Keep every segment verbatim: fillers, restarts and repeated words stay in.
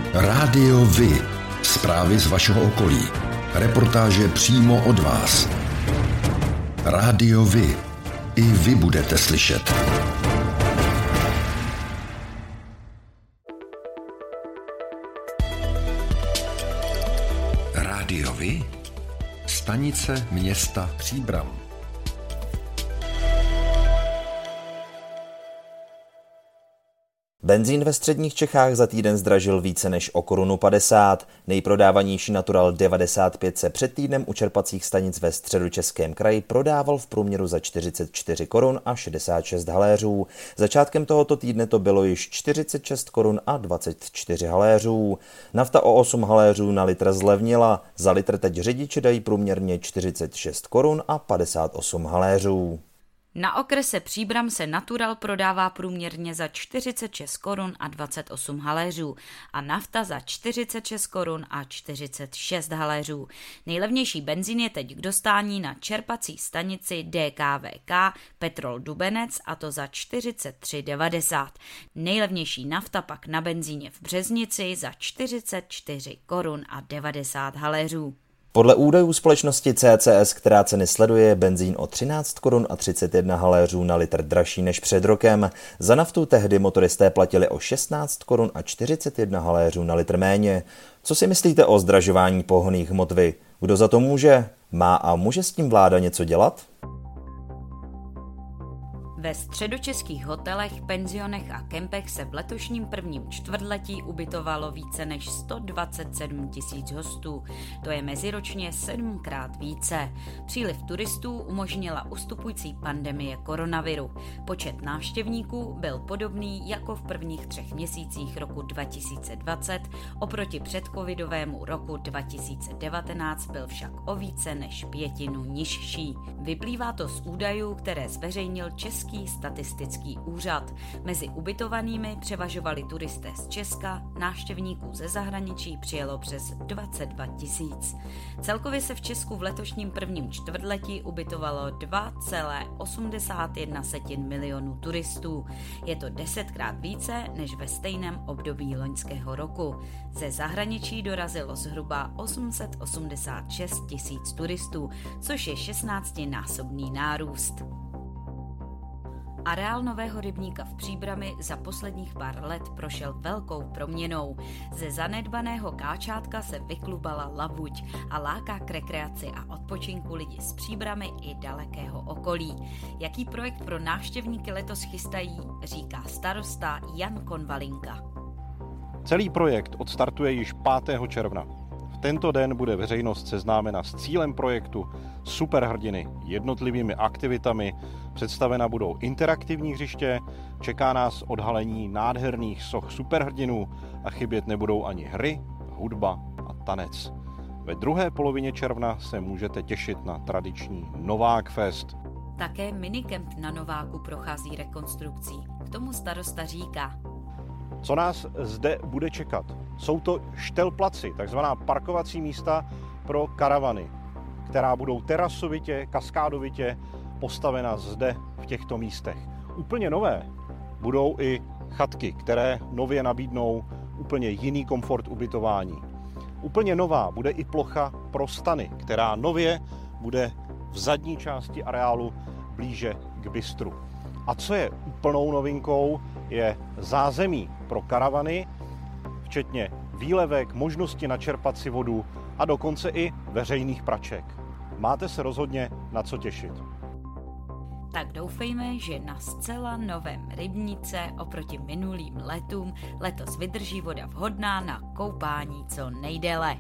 Rádio Vy. Zprávy z vašeho okolí. Reportáže přímo od vás. Rádio Vy. I vy budete slyšet. Rádio Vy. Stanice města Příbram. Benzín ve středních Čechách za týden zdražil více než o korunu padesát. Nejprodávanější Natural devadesát pět se před týdnem u čerpacích stanic ve Středočeském kraji prodával v průměru za čtyřicet čtyři korun a šedesát šest haléřů. Začátkem tohoto týdne to bylo již čtyřicet šest korun a dvacet čtyři haléřů. Nafta o osm haléřů na litr zlevnila. Za litr teď řidiči dají průměrně čtyřicet šest korun a padesát osm haléřů. Na okrese Příbram se Natural prodává průměrně za čtyřicet šest korun a dvacet osm haléřů a nafta za čtyřicet šest korun a čtyřicet šest haléřů. Nejlevnější benzín je teď k dostání na čerpací stanici D K V K Petrol Dubenec, a to za čtyřicet tři devadesát. Nejlevnější nafta pak na benzíně v Březnici za čtyřicet čtyři korun a devadesát haléřů. Podle údajů společnosti C C S, která ceny sleduje, je benzín o třináct korun a třicet jedna haléřů na litr dražší než před rokem. Za naftu tehdy motoristé platili o šestnáct korun a čtyřicet jedna haléřů na litr méně. Co si myslíte o zdražování pohonných hmot vy? Kdo za to může? Má a může s tím vláda něco dělat? Ve středočeských hotelech, penzionech a kempech se v letošním prvním čtvrtletí ubytovalo více než sto dvacet sedm tisíc hostů. To je meziročně sedmkrát více. Příliv turistů umožnila ustupující pandemie koronaviru. Počet návštěvníků byl podobný jako v prvních třech měsících roku dva tisíce dvacet, oproti předcovidovému roku dva tisíce devatenáct byl však o více než pětinu nižší. Vyplývá to z údajů, které zveřejnil Český statistický úřad. Mezi ubytovanými převažovali turisté z Česka, návštěvníků ze zahraničí přijelo přes dvacet dva tisíc. Celkově se v Česku v letošním prvním čtvrtletí ubytovalo dva celá osmdesát jedna milionu turistů. Je to desetkrát více než ve stejném období loňského roku. Ze zahraničí dorazilo zhruba osm set osmdesát šest tisíc turistů, což je šestnáctinásobný nárůst. Areál nového rybníka v Příbrami za posledních pár let prošel velkou proměnou. Ze zanedbaného káčátka se vyklubala labuť a láká k rekreaci a odpočinku lidi z Příbrami i dalekého okolí. Jaký projekt pro návštěvníky letos chystají, říká starosta Jan Konvalinka. Celý projekt odstartuje již pátého června. V tento den bude veřejnost seznámena s cílem projektu, superhrdiny, jednotlivými aktivitami, představena budou interaktivní hřiště, čeká nás odhalení nádherných soch superhrdinů a chybět nebudou ani hry, hudba a tanec. Ve druhé polovině června se můžete těšit na tradiční Novák Fest. Také minikemp na Nováku prochází rekonstrukcí. K tomu starosta říká: Co nás zde bude čekat? Jsou to štelplaci, takzvaná parkovací místa pro karavany, která budou terasovitě, kaskádovitě postavena zde v těchto místech. Úplně nové budou i chatky, které nově nabídnou úplně jiný komfort ubytování. Úplně nová bude i plocha pro stany, která nově bude v zadní části areálu blíže k bistru. A co je úplnou novinkou, je zázemí pro karavany, včetně výlevek, možnosti načerpat si vodu a dokonce i veřejných praček. Máte se rozhodně na co těšit. Tak doufejme, že na zcela novém rybníce oproti minulým letům letos vydrží voda vhodná na koupání co nejdéle.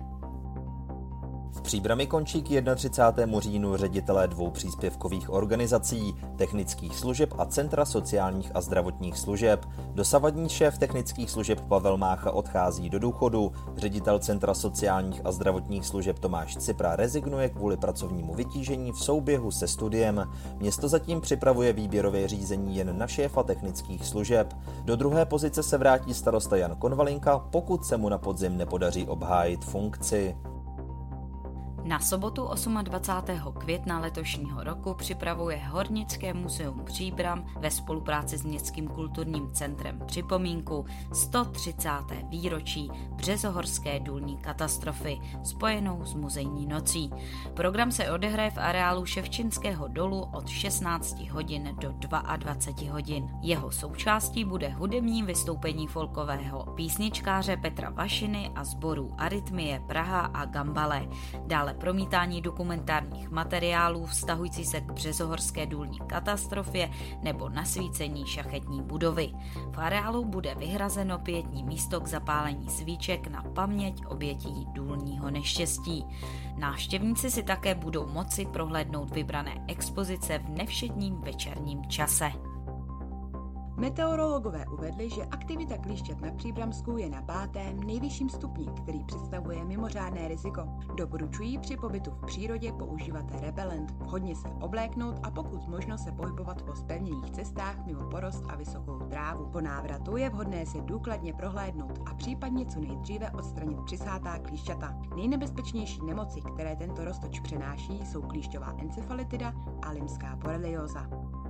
V Příbrami končí k třicátému prvnímu říjnu ředitelé dvou příspěvkových organizací, technických služeb a Centra sociálních a zdravotních služeb. Dosavadní šéf technických služeb Pavel Mácha odchází do důchodu, ředitel Centra sociálních a zdravotních služeb Tomáš Cipra rezignuje kvůli pracovnímu vytížení v souběhu se studiem. Město zatím připravuje výběrové řízení jen na šéfa technických služeb. Do druhé pozice se vrátí starosta Jan Konvalinka, pokud se mu na podzim nepodaří obhájit funkci. Na sobotu dvacátého osmého května letošního roku připravuje Hornické muzeum Příbram ve spolupráci s Městským kulturním centrem připomínku sto třicáté výročí březohorské důlní katastrofy spojenou s muzejní nocí. Program se odehraje v areálu Ševčinského dolu od šestnácti hodin do dvaceti dvou hodin. Jeho součástí bude hudební vystoupení folkového písničkáře Petra Vašiny a sborů Arytmie Praha a Gambale. Dále promítání dokumentárních materiálů vztahující se k březohorské důlní katastrofě nebo nasvícení šachetní budovy. V areálu bude vyhrazeno pietní místo k zapálení svíček na paměť obětí důlního neštěstí. Návštěvníci si také budou moci prohlédnout vybrané expozice v nevšedním večerním čase. Meteorologové uvedli, že aktivita klíšťat na Příbramsku je na pátém nejvyšším stupni, který představuje mimořádné riziko. Doporučují při pobytu v přírodě používat repelent, vhodně se obléknout a pokud možno se pohybovat po zpevněných cestách mimo porost a vysokou trávu. Po návratu je vhodné si důkladně prohlédnout a případně co nejdříve odstranit přisátá klíšťata. Nejnebezpečnější nemoci, které tento roztoč přenáší, jsou klíšťová encefalitida a limská borelióza.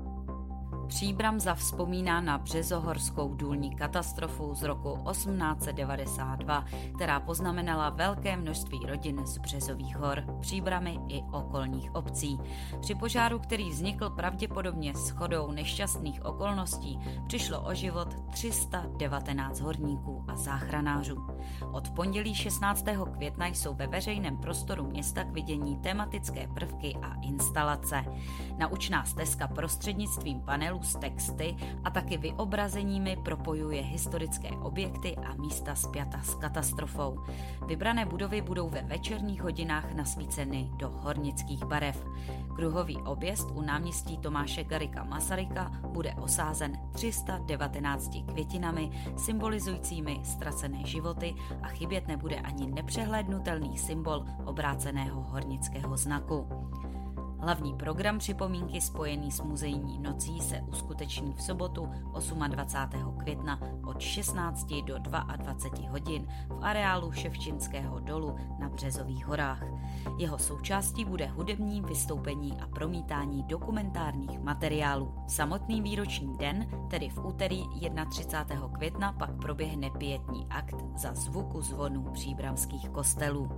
Příbram zavzpomíná na březohorskou důlní katastrofu z roku osmnáct set devadesát dva, která poznamenala velké množství rodin z Březových hor, Příbramy i okolních obcí. Při požáru, který vznikl pravděpodobně shodou nešťastných okolností, přišlo o život tři sta devatenáct horníků a záchranářů. Od pondělí šestnáctého května jsou ve veřejném prostoru města k vidění tematické prvky a instalace. Naučná stezka prostřednictvím panelů s texty a taky vyobrazeními propojuje historické objekty a místa spjata s katastrofou. Vybrané budovy budou ve večerních hodinách nasvíceny do hornických barev. Kruhový objezd u náměstí Tomáše Garrigua Masaryka bude osázen tři sta devatenácti květinami symbolizujícími ztracené životy a chybět nebude ani nepřehlédnutelný symbol obráceného hornického znaku. Hlavní program připomínky spojený s muzejní nocí se uskuteční v sobotu dvacátého osmého května od šestnácti do dvaceti dvou hodin v areálu Ševčinského dolu na Březových horách. Jeho součástí bude hudební vystoupení a promítání dokumentárních materiálů. Samotný výroční den, tedy v úterý třicátého prvního května, pak proběhne pietní akt za zvuku zvonů příbramských kostelů.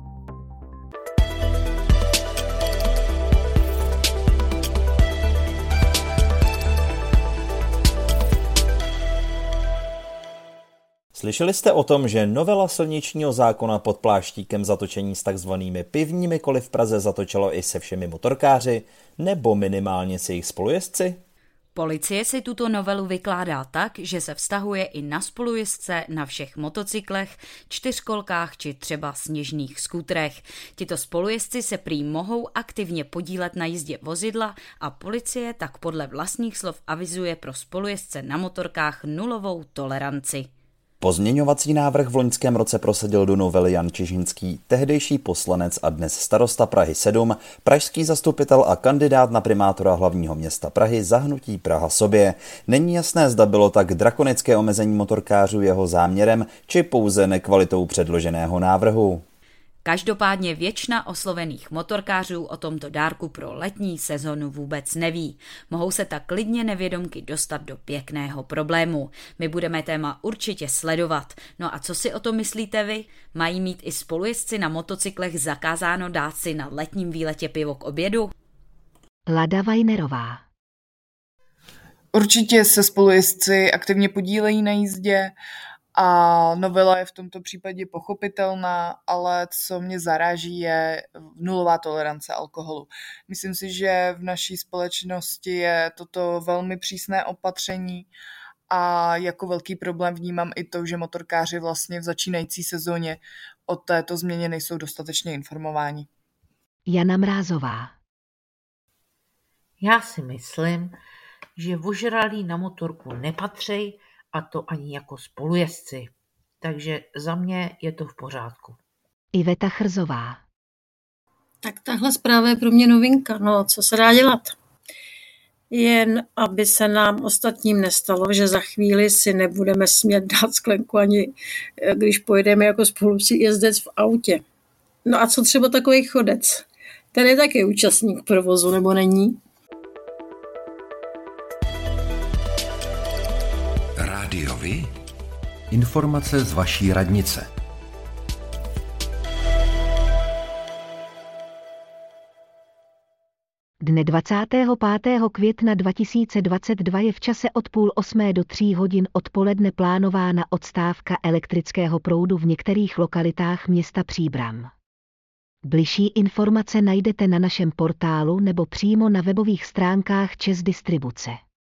Slyšeli jste o tom, že novela silničního zákona pod pláštíkem zatočení s takzvanými pivními koly v Praze zatočilo i se všemi motorkáři, nebo minimálně s jejich spolujezdci? Policie si tuto novelu vykládá tak, že se vztahuje i na spolujezdce na všech motocyklech, čtyřkolkách či třeba sněžných skútrech. Tito spolujezdci se prý mohou aktivně podílet na jízdě vozidla a policie tak podle vlastních slov avizuje pro spolujezdce na motorkách nulovou toleranci. Pozměňovací návrh v loňském roce prosadil do novely Jan Čižinský, tehdejší poslanec a dnes starosta Prahy sedm, pražský zastupitel a kandidát na primátora hlavního města Prahy za hnutí Praha sobě. Není jasné, zda bylo tak drakonické omezení motorkářů jeho záměrem, či pouze nekvalitou předloženého návrhu. Každopádně většina oslovených motorkářů o tomto dárku pro letní sezonu vůbec neví. Mohou se tak klidně nevědomky dostat do pěkného problému. My budeme téma určitě sledovat. No a co si o tom myslíte vy? Mají mít i spolujezdci na motocyklech zakázáno dát si na letním výletě pivo k obědu? Lada Vajnerová. Určitě se spolujezdci aktivně podílejí na jízdě a novela je v tomto případě pochopitelná, ale co mě zaráží je nulová tolerance alkoholu. Myslím si, že v naší společnosti je toto velmi přísné opatření a jako velký problém vnímám i to, že motorkáři vlastně v začínající sezóně o této změně nejsou dostatečně informováni. Jana Mrázová. Já si myslím, že ožralí na motorku nepatří, a to ani jako spolujezdci. Takže za mě je to v pořádku. Iveta Chrzová. Tak tahle zpráva je pro mě novinka. No, co se dá dělat? Jen aby se nám ostatním nestalo, že za chvíli si nebudeme smět dát sklenku ani když pojedeme jako spolujezdec v autě. No a co třeba takový Chodec? Ten je taky účastník provozu, nebo není? Rádio Vy? Informace z vaší radnice. Dne dvacátého pátého května dva tisíce dvacet dva je v čase od půl osmé do tří hodin odpoledne plánována odstávka elektrického proudu v některých lokalitách města Příbram. Bližší informace najdete na našem portálu nebo přímo na webových stránkách ČEZ Distribuce.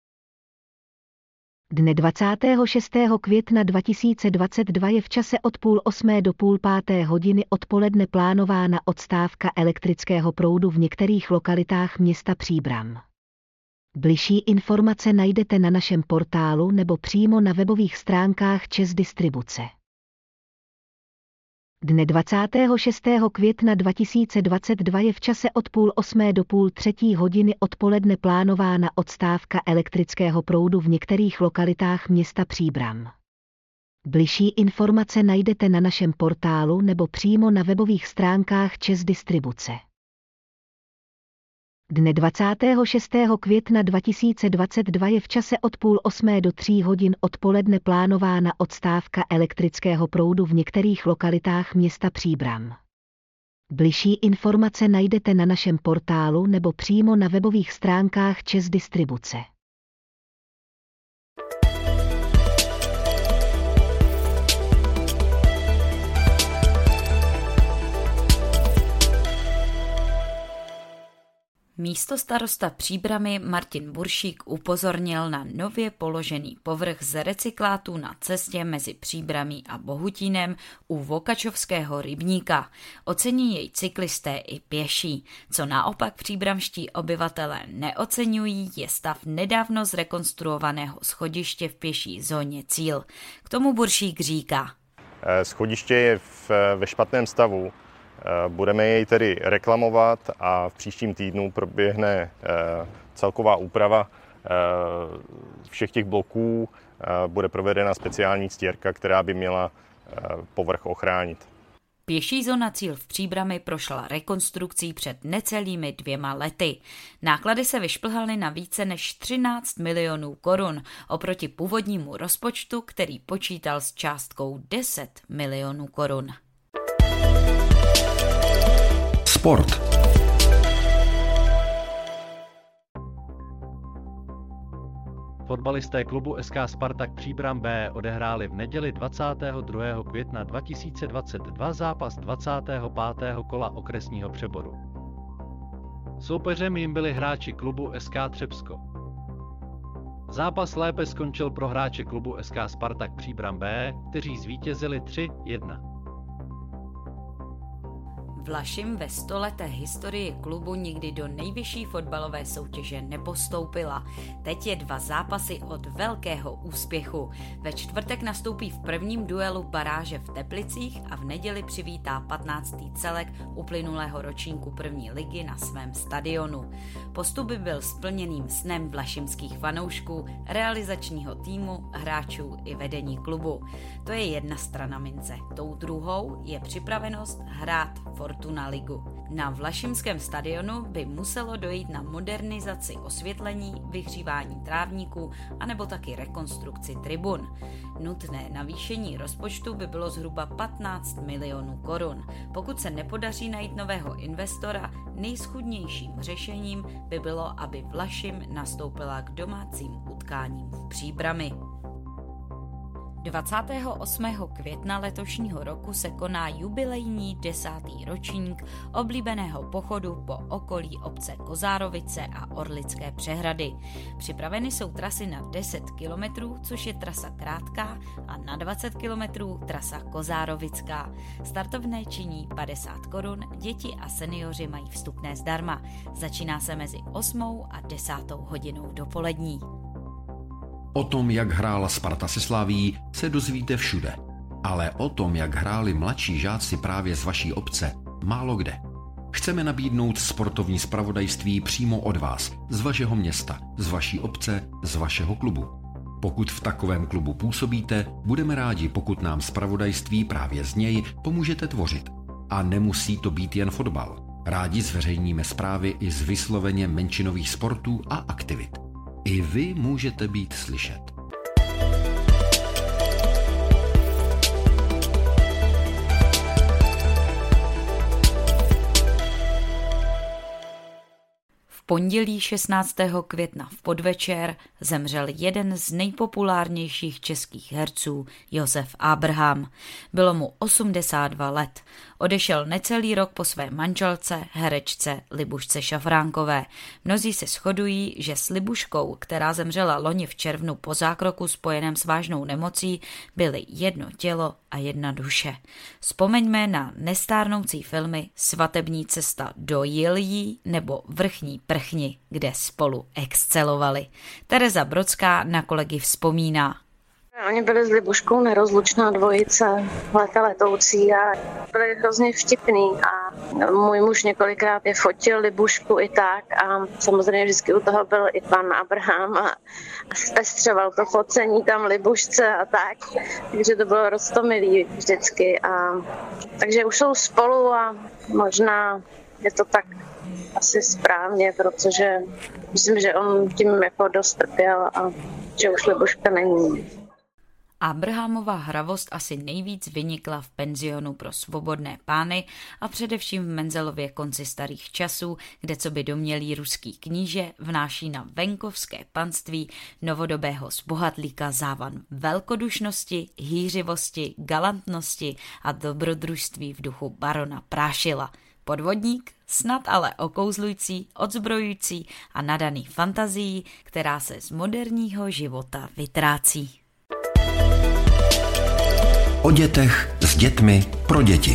Dne dvacátého šestého května dva tisíce dvacet dva je v čase od půl osmé do půl páté hodiny odpoledne plánována odstávka elektrického proudu v některých lokalitách města Příbram. Bližší informace najdete na našem portálu nebo přímo na webových stránkách ČEZ Distribuce. Dne dvacátého šestého května dva tisíce dvacet dva je v čase od půl osmé do půl třetí hodiny odpoledne plánována odstávka elektrického proudu v některých lokalitách města Příbram. Bližší informace najdete na našem portálu nebo přímo na webových stránkách ČEZ Distribuce. Dne dvacátého šestého května dva tisíce dvacet dva je v čase od půl osmé do tří hodin odpoledne plánována odstávka elektrického proudu v některých lokalitách města Příbram. Bližší informace najdete na našem portálu nebo přímo na webových stránkách ČEZ Distribuce. Místostarosta Příbrami Martin Buršík upozornil na nově položený povrch z recyklátů na cestě mezi Příbramí a Bohutínem u Vokačovského rybníka. Ocení jej cyklisté i pěší. Co naopak příbramští obyvatelé neoceňují, je stav nedávno zrekonstruovaného schodiště v pěší zóně Cíl. K tomu Buršík říká. Schodiště je v, ve špatném stavu. Budeme jej tedy reklamovat a v příštím týdnu proběhne celková úprava všech těch bloků. Bude provedena speciální stěrka, která by měla povrch ochránit. Pěší zóna Cíl v Příbrami prošla rekonstrukcí před necelými dvěma lety. Náklady se vyšplhaly na více než třináct milionů korun oproti původnímu rozpočtu, který počítal s částkou deset milionů korun. Sport. Fotbalisté klubu S K Spartak Příbram B odehráli v neděli dvacátého druhého května dva tisíce dvacet dva zápas dvacátého pátého kola okresního přeboru. Soupeřem jim byli hráči klubu S K Třebsko. Zápas lépe skončil pro hráče klubu S K Spartak Příbram B, kteří zvítězili tři jedna. Vlašim ve stoleté historii klubu nikdy do nejvyšší fotbalové soutěže nepostoupila. Teď je dva zápasy od velkého úspěchu. Ve čtvrtek nastoupí v prvním duelu baráže v Teplicích a v neděli přivítá patnáctý celek uplynulého ročníku první ligy na svém stadionu. Postup by byl splněným snem vlašimských fanoušků, realizačního týmu, hráčů i vedení klubu. To je jedna strana mince. Tou druhou je připravenost hrát Fortuna ligu. Na vlašimském stadionu by muselo dojít na modernizaci osvětlení, vyhřívání trávníků anebo taky rekonstrukci tribun. Nutné navýšení rozpočtu by bylo zhruba patnáct milionů korun. Pokud se nepodaří najít nového investora, nejschudnějším řešením by bylo, aby Vlašim nastoupila k domácím utkáním v Příbrami. dvacátého osmého května letošního roku se koná jubilejní desátý ročník oblíbeného pochodu po okolí obce Kozárovice a Orlické přehrady. Připraveny jsou trasy na deset kilometrů, což je trasa krátká, a na dvacet kilometrů trasa Kozárovická. Startovné činí padesát korun, děti a seniori mají vstupné zdarma. Začíná se mezi osmou a desátou hodinou dopolední. O tom, jak hrála Sparta se Slavií, se dozvíte všude. Ale o tom, jak hráli mladší žáci právě z vaší obce, málo kde. Chceme nabídnout sportovní zpravodajství přímo od vás, z vašeho města, z vaší obce, z vašeho klubu. Pokud v takovém klubu působíte, budeme rádi, pokud nám zpravodajství právě z něj pomůžete tvořit. A nemusí to být jen fotbal. Rádi zveřejníme zprávy i z vysloveně menšinových sportů a aktivit. I vy můžete být slyšet. V pondělí šestnáctého května v podvečer zemřel jeden z nejpopulárnějších českých herců, Josef Abrham. Bylo mu osmdesát dva let. Odešel necelý rok po své manželce, herečce Libušce Šafránkové. Mnozí se shodují, že s Libuškou, která zemřela loni v červnu po zákroku spojeném s vážnou nemocí, byly jedno tělo a jedna duše. Vzpomeňme na nestárnoucí filmy Svatební cesta do Jiljí nebo Vrchní prchni, kde spolu excelovali. Tereza Brodská na kolegy vzpomíná. Oni byli s Libuškou nerozlučná dvojice, leta letoucí a byli hrozně vtipný a můj muž několikrát je fotil Libušku i tak a samozřejmě vždycky u toho byl i pan Abrham a zpestřoval to focení tam Libušce a tak, takže to bylo roztomilý vždycky a takže už jsou spolu a možná je to tak asi správně, protože myslím, že on tím jako dost trpěl a že už Libuška není. Abrahamova hravost asi nejvíc vynikla v penzionu pro svobodné pány a především v Menzelově konci starých časů, kde co by domělý ruský kníže vnáší na venkovské panství novodobého zbohatlíka závan velkodušnosti, hýřivosti, galantnosti a dobrodružství v duchu barona Prášila. Podvodník, snad ale okouzlující, odzbrojující a nadaný fantazií, která se z moderního života vytrácí. O dětech, s dětmi, pro děti.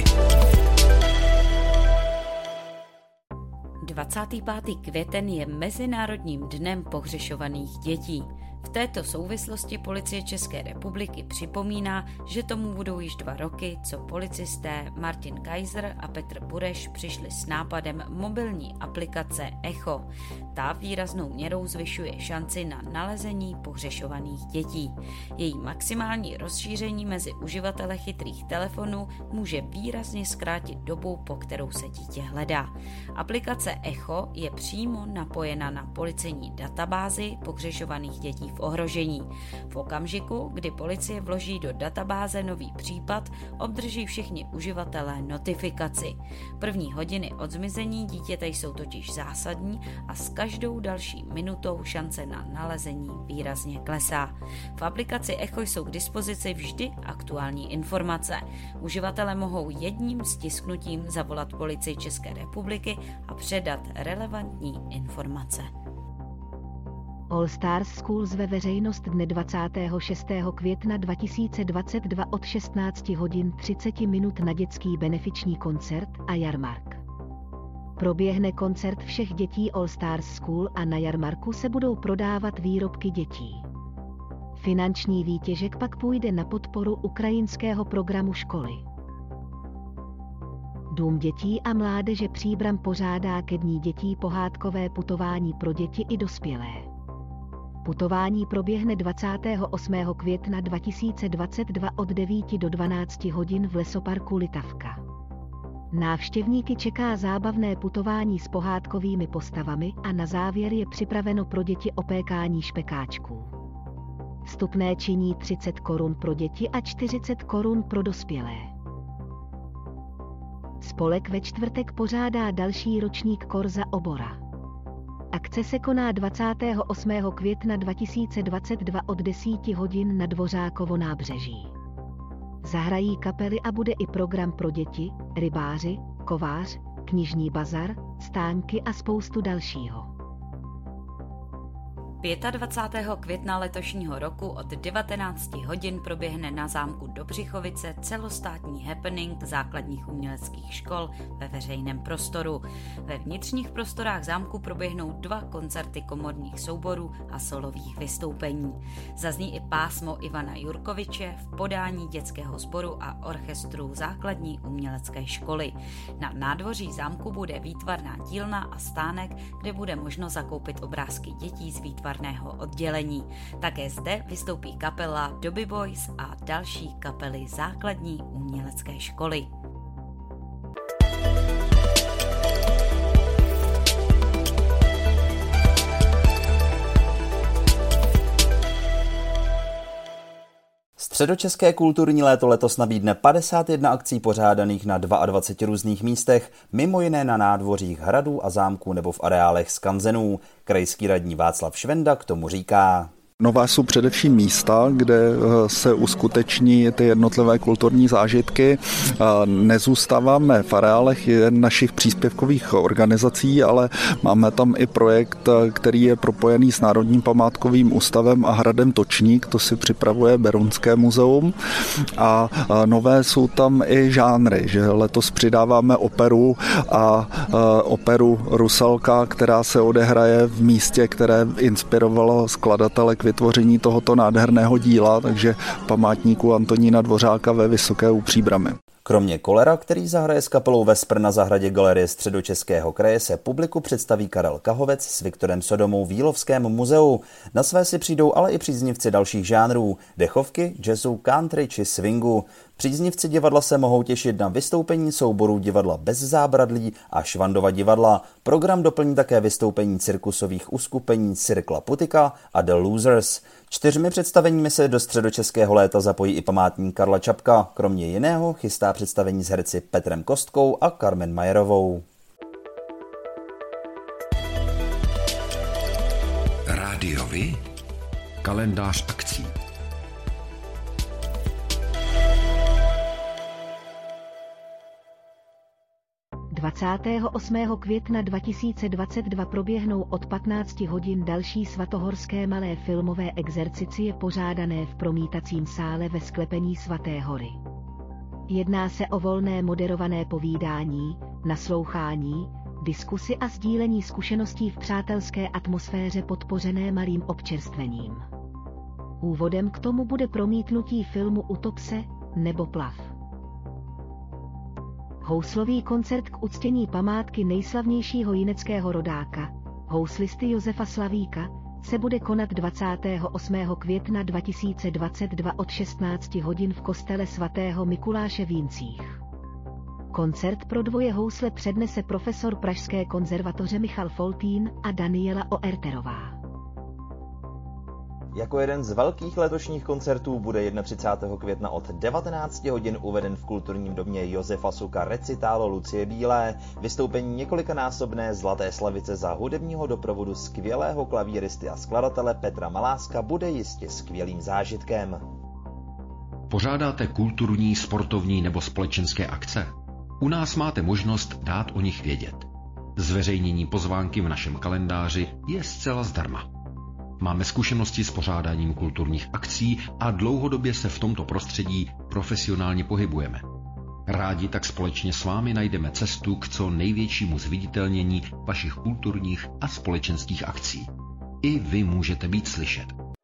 dvacátého pátého květen je Mezinárodním dnem pohřešovaných dětí. V této souvislosti Policie České republiky připomíná, že tomu budou již dva roky, co policisté Martin Kaiser a Petr Bureš přišli s nápadem mobilní aplikace Echo. Ta výraznou měrou zvyšuje šanci na nalezení pohřešovaných dětí. Její maximální rozšíření mezi uživatele chytrých telefonů může výrazně zkrátit dobu, po kterou se dítě hledá. Aplikace Echo je přímo napojena na policejní databázi pohřešovaných dětí v ohrožení. V okamžiku, kdy policie vloží do databáze nový případ, obdrží všichni uživatelé notifikaci. První hodiny od zmizení dítěte jsou totiž zásadní a s každou další minutou šance na nalezení výrazně klesá. V aplikaci Echo jsou k dispozici vždy aktuální informace. Uživatelé mohou jedním stisknutím zavolat Policii České republiky a předat relevantní informace. All Stars School zve veřejnost dne dvacátého šestého května dva tisíce dvacet dva od šestnáct hodin třicet minut na dětský benefiční koncert a jarmark. Proběhne koncert všech dětí All Stars School a na jarmarku se budou prodávat výrobky dětí. Finanční výtěžek pak půjde na podporu ukrajinského programu školy. Dům dětí a mládeže Příbram pořádá ke dní dětí pohádkové putování pro děti i dospělé. Putování proběhne dvacátého osmého května dva tisíce dvacet dva od devíti do dvanácti hodin v lesoparku Litavka. Návštěvníky čeká zábavné putování s pohádkovými postavami a na závěr je připraveno pro děti opékání špekáčků. Vstupné činí třicet korun pro děti a čtyřicet korun pro dospělé. Spolek ve čtvrtek pořádá další ročník Korza Obora. Akce se koná dvacátého osmého května dva tisíce dvacet dva od deseti hodin na Dvořákovo nábřeží. Zahrají kapely a bude i program pro děti, rybáři, kovář, knižní bazar, stánky a spoustu dalšího. dvacátého pátého května letošního roku od devatenácti hodin proběhne na zámku Dobřichovice celostátní happening základních uměleckých škol ve veřejném prostoru. Ve vnitřních prostorách zámku proběhnou dva koncerty komorních souborů a solových vystoupení. Zazní i pásmo Ivana Jurkoviče v podání dětského sboru a orchestru základní umělecké školy. Na nádvoří zámku bude výtvarná dílna a stánek, kde bude možno zakoupit obrázky dětí z výtvarného oddělení. Také zde vystoupí kapela Dobby Boys a další kapely základní umělecké školy. Středočeské kulturní léto letos nabídne padesát jedna akcí pořádaných na dvaceti dvou různých místech, mimo jiné na nádvořích hradů a zámků nebo v areálech skanzenů. Krajský radní Václav Švenda k tomu říká: Nová jsou především místa, kde se uskuteční ty jednotlivé kulturní zážitky. Nezůstáváme v areálech našich příspěvkových organizací, ale máme tam i projekt, který je propojený s Národním památkovým ústavem a hradem Točník, to si připravuje Berounské muzeum. A nové jsou tam i žánry, že letos přidáváme operu a operu Rusalka, která se odehraje v místě, které inspirovalo skladatele k vytvoření tohoto nádherného díla, takže památníku Antonína Dvořáka ve Vysoké u Příbrami. Kromě Kolera, který zahraje s kapelou Vespr na zahradě Galerie Středočeského kraje, se publiku představí Karel Kahovec s Viktorem Sodomou v Jílovském muzeu. Na své si přijdou ale i příznivci dalších žánrů, dechovky, jazzu, country či swingu. Příznivci divadla se mohou těšit na vystoupení souborů divadla Bez zábradlí a Švandova divadla. Program doplní také vystoupení cirkusových uskupení Cirkla Putika a The Losers. Čtyřmi představeními se do středočeského léta zapojí i památník Karla Čapka. Kromě jiného chystá představení s herci Petrem Kostkou a Carmen Majerovou. Rádiovi kalendář akcí. dvacátého osmého května dva tisíce dvacet dva proběhnou od patnácti hodin další svatohorské malé filmové exercicie pořádané v promítacím sále ve sklepení Svaté hory. Jedná se o volné moderované povídání, naslouchání, diskusy a sdílení zkušeností v přátelské atmosféře podpořené malým občerstvením. Úvodem k tomu bude promítnutí filmu Utop se nebo Plav. Houslový koncert k uctění památky nejslavnějšího jineckého rodáka, houslisty Josefa Slavíka, se bude konat dvacátého osmého května dva tisíce dvacet dva od šestnácti hodin v kostele svatého Mikuláše v Jincích. Koncert pro dvoje housle přednese profesor Pražské konzervatoře Michal Foltín a Daniela Oerterová. Jako jeden z velkých letošních koncertů bude třicátého prvního května od devatenácti hodin uveden v kulturním domě Josefa Suka recitálo Lucie Bílé, vystoupení několikanásobné Zlaté slavice za hudebního doprovodu skvělého klavíristy a skladatele Petra Maláska bude jistě skvělým zážitkem. Pořádáte kulturní, sportovní nebo společenské akce? U nás máte možnost dát o nich vědět. Zveřejnění pozvánky v našem kalendáři je zcela zdarma. Máme zkušenosti s pořádáním kulturních akcí a dlouhodobě se v tomto prostředí profesionálně pohybujeme. Rádi tak společně s vámi najdeme cestu k co největšímu zviditelnění vašich kulturních a společenských akcí. I vy můžete být slyšet.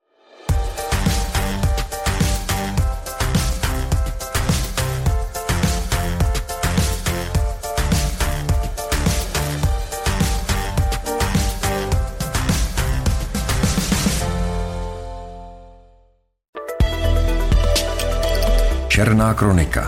Černá kronika.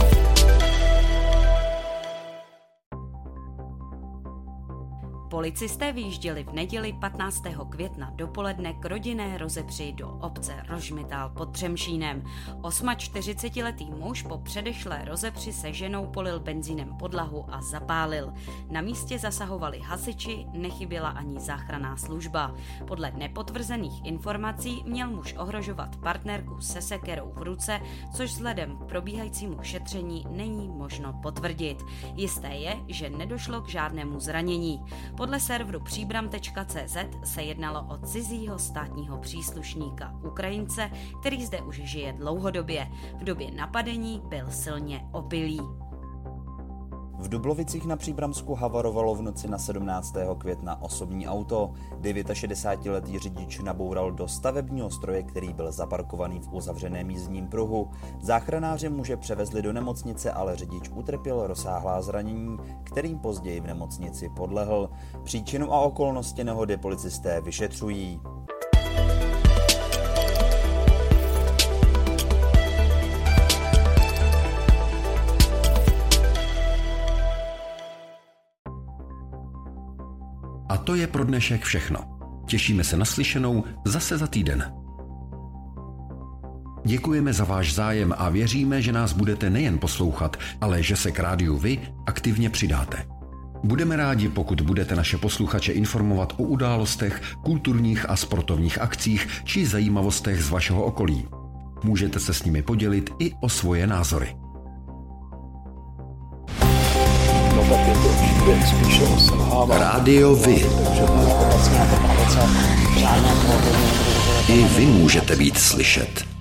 Policisté vyjížděli v neděli patnáctého května dopoledne k rodinné rozepři do obce Rožmitál pod Třemšínem. čtyřicetiosmiletý muž po předešlé rozepři se ženou polil benzínem podlahu a zapálil. Na místě zasahovali hasiči, nechyběla ani záchranná služba. Podle nepotvrzených informací měl muž ohrožovat partnerku se sekerou v ruce, což vzhledem k probíhajícímu šetření není možno potvrdit. Jisté je, že nedošlo k žádnému zranění. Podle serveru příbram tečka cé zet se jednalo o cizího státního příslušníka Ukrajince, který zde už žije dlouhodobě. V době napadení byl silně opilý. V Dublovicích na Příbramsku havarovalo v noci na sedmnáctého května osobní auto. šedesátidevětiletý řidič naboural do stavebního stroje, který byl zaparkovaný v uzavřeném jízdním pruhu. Záchranáři muže převezli do nemocnice, ale řidič utrpěl rozsáhlá zranění, kterým později v nemocnici podlehl. Příčinu a okolnosti nehody policisté vyšetřují. A to je pro dnešek všechno. Těšíme se na slyšenou zase za týden. Děkujeme za váš zájem a věříme, že nás budete nejen poslouchat, ale že se k rádiu vy aktivně přidáte. Budeme rádi, pokud budete naše posluchače informovat o událostech, kulturních a sportovních akcích či zajímavostech z vašeho okolí. Můžete se s nimi podělit i o svoje názory. Rádio Vy. I vy můžete být slyšet.